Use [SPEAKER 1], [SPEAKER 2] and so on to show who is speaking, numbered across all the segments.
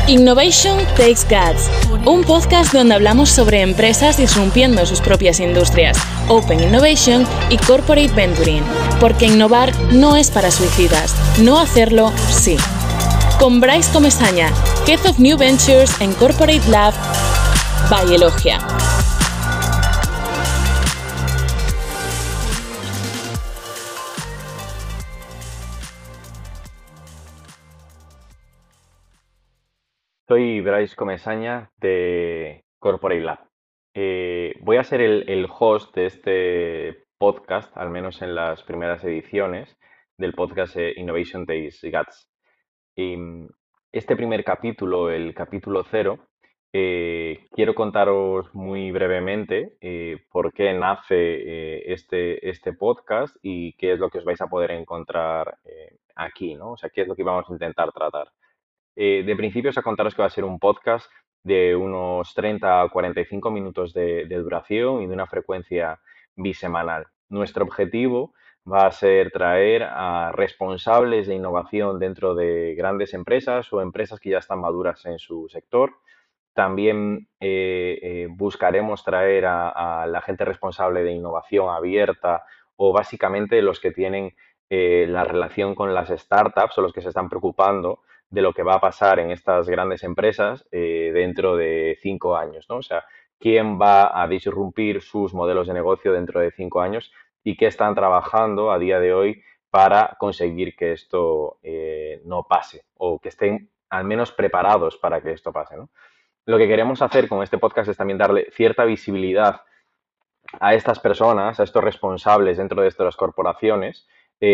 [SPEAKER 1] Innovation Takes Guts, un podcast donde hablamos sobre empresas disrumpiendo sus propias industrias, Open Innovation y Corporate Venturing, porque innovar no es para suicidas, no hacerlo sí. Con Bryce Comesaña, Head of New Ventures en Corporate Lab by Elogia.
[SPEAKER 2] Soy Bryce Comesaña de Corporate Lab. Voy a ser el host de este podcast, al menos en las primeras ediciones del podcast Innovation Takes Guts. Este primer capítulo, el capítulo 0, quiero contaros muy brevemente por qué nace este podcast y qué es lo que os vais a poder encontrar aquí, ¿no? O sea, qué es lo que vamos a intentar tratar. De principio, os a contaros que va a ser un podcast de unos 30 a 45 minutos de duración y de una frecuencia bisemanal. Nuestro objetivo va a ser traer a responsables de innovación dentro de grandes empresas o empresas que ya están maduras en su sector. También buscaremos traer a la gente responsable de innovación abierta o básicamente los que tienen la relación con las startups o los que se están preocupando de lo que va a pasar en estas grandes empresas dentro de 5 años, ¿no? O sea, quién va a disrumpir sus modelos de negocio dentro de 5 años y qué están trabajando a día de hoy para conseguir que esto no pase o que estén al menos preparados para que esto pase, ¿no? Lo que queremos hacer con este podcast es también darle cierta visibilidad a estas personas, a estos responsables dentro de estas corporaciones,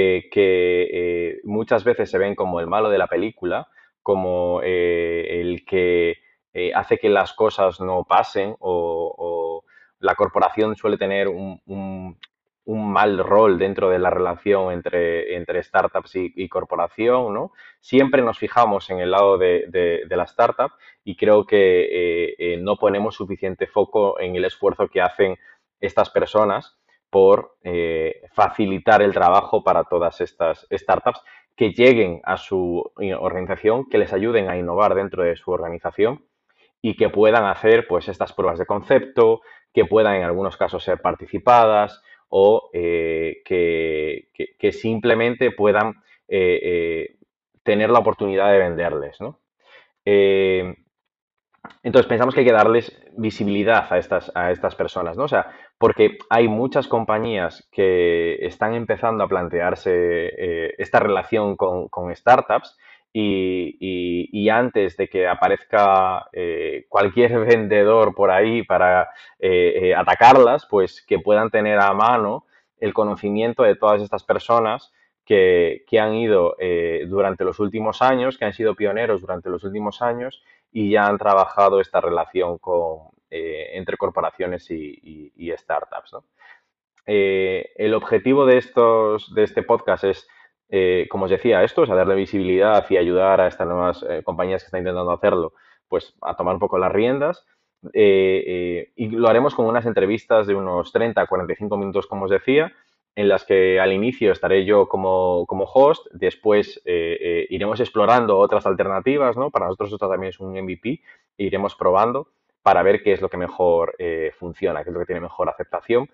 [SPEAKER 2] que muchas veces se ven como el malo de la película, como el que hace que las cosas no pasen o la corporación suele tener un mal rol dentro de la relación entre startups y corporación, ¿no? Siempre nos fijamos en el lado de la startup y creo que no ponemos suficiente foco en el esfuerzo que hacen estas personas por facilitar el trabajo para todas estas startups que lleguen a su organización, que les ayuden a innovar dentro de su organización y que puedan hacer pues estas pruebas de concepto, que puedan en algunos casos ser participadas o que simplemente puedan tener la oportunidad de venderles, ¿no? Entonces pensamos que hay que darles visibilidad a estas personas, ¿no? O sea, porque hay muchas compañías que están empezando a plantearse esta relación con startups y antes de que aparezca cualquier vendedor por ahí para atacarlas, pues que puedan tener a mano el conocimiento de todas estas personas que han ido durante los últimos años, que han sido pioneros durante los últimos años y ya han trabajado esta relación entre corporaciones y startups, ¿no? El objetivo de este podcast es, como os decía, esto, o sea, darle visibilidad y ayudar a estas nuevas compañías que están intentando hacerlo, pues a tomar un poco las riendas. Y lo haremos con unas entrevistas de unos 30 a 45 minutos, como os decía, en las que al inicio estaré yo como host, después iremos explorando otras alternativas, ¿no? Para nosotros esto también es un MVP, e iremos probando para ver qué es lo que mejor funciona, qué es lo que tiene mejor aceptación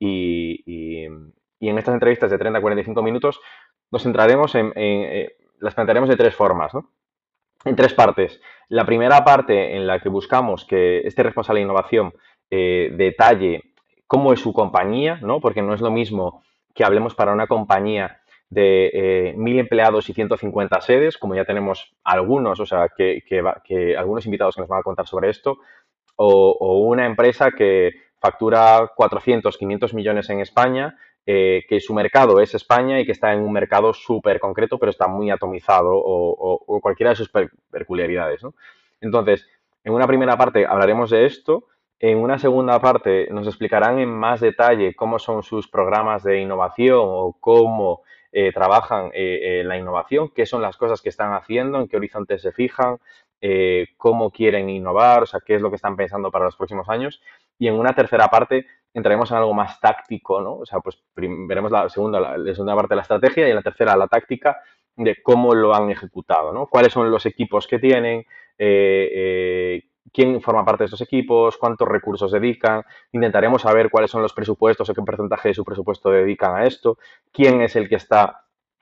[SPEAKER 2] y en estas entrevistas de 30 a 45 minutos nos centraremos las plantearemos de 3 formas, ¿no? En 3 partes. La primera parte en la que buscamos que este responsable de innovación detalle cómo es su compañía, ¿no? Porque no es lo mismo que hablemos para una compañía de 1.000 empleados y 150 sedes, como ya tenemos algunos, o sea, que algunos invitados que nos van a contar sobre esto, o una empresa que factura 400, 500 millones en España, que su mercado es España y que está en un mercado súper concreto, pero está muy atomizado o cualquiera de sus peculiaridades, ¿no? Entonces, en una primera parte hablaremos de esto. En una segunda parte nos explicarán en más detalle cómo son sus programas de innovación o cómo trabajan la innovación, qué son las cosas que están haciendo, en qué horizontes se fijan, cómo quieren innovar, o sea, qué es lo que están pensando para los próximos años. Y en una tercera parte entraremos en algo más táctico, ¿no? O sea, pues veremos la segunda parte de la estrategia y en la tercera la táctica de cómo lo han ejecutado, ¿no? Cuáles son los equipos que tienen, quién forma parte de estos equipos, cuántos recursos dedican, intentaremos saber cuáles son los presupuestos o qué porcentaje de su presupuesto dedican a esto, quién es el que está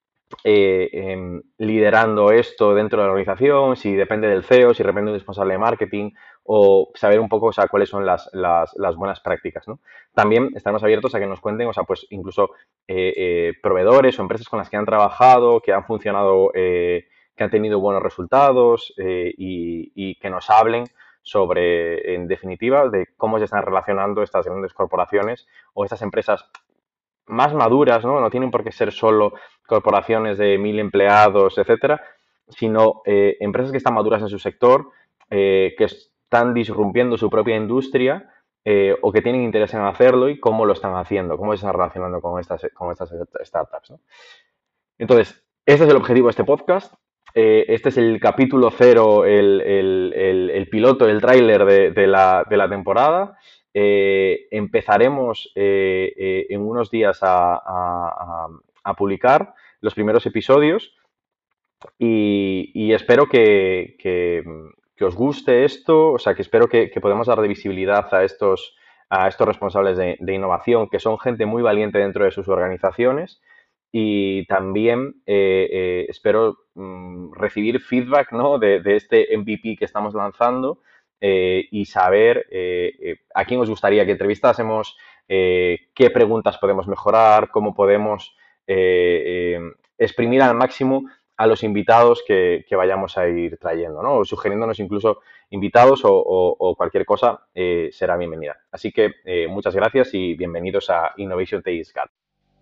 [SPEAKER 2] liderando esto dentro de la organización, si depende del CEO, si depende de un responsable de marketing, o saber un poco, o sea, cuáles son las buenas prácticas, ¿no? También estamos abiertos a que nos cuenten, o sea, pues incluso proveedores o empresas con las que han trabajado, que han funcionado, que han tenido buenos resultados y que nos hablen sobre, en definitiva, de cómo se están relacionando estas grandes corporaciones o estas empresas más maduras, ¿no? No tienen por qué ser solo corporaciones de 1000 empleados, etcétera, sino empresas que están maduras en su sector, que están disrumpiendo su propia industria o que tienen interés en hacerlo y cómo lo están haciendo, cómo se están relacionando con estas startups, ¿no? Entonces, este es el objetivo de este podcast. Este es el capítulo 0, el piloto, el tráiler de la temporada. Empezaremos en unos días a publicar los primeros episodios y espero que os guste esto, o sea, que espero que podamos dar de visibilidad a estos responsables de innovación, que son gente muy valiente dentro de sus organizaciones. Y también espero recibir feedback, ¿no? de este MVP que estamos lanzando y saber a quién os gustaría que entrevistásemos, qué preguntas podemos mejorar, cómo podemos exprimir al máximo a los invitados que vayamos a ir trayendo, ¿no? O sugiriéndonos incluso invitados o cualquier cosa será bienvenida. Así que muchas gracias y bienvenidos a Innovation Takes Guts.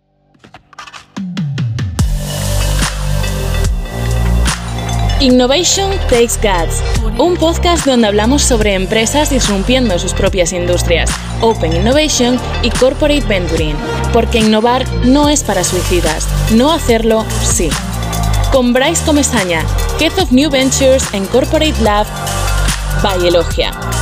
[SPEAKER 1] Innovation Takes Guts, un podcast donde hablamos sobre empresas disrumpiendo sus propias industrias, Open Innovation y Corporate Venturing, porque innovar no es para suicidas, no hacerlo sí. Con Bryce Comesaña, Head of New Ventures en Corporate Lab by Elogia.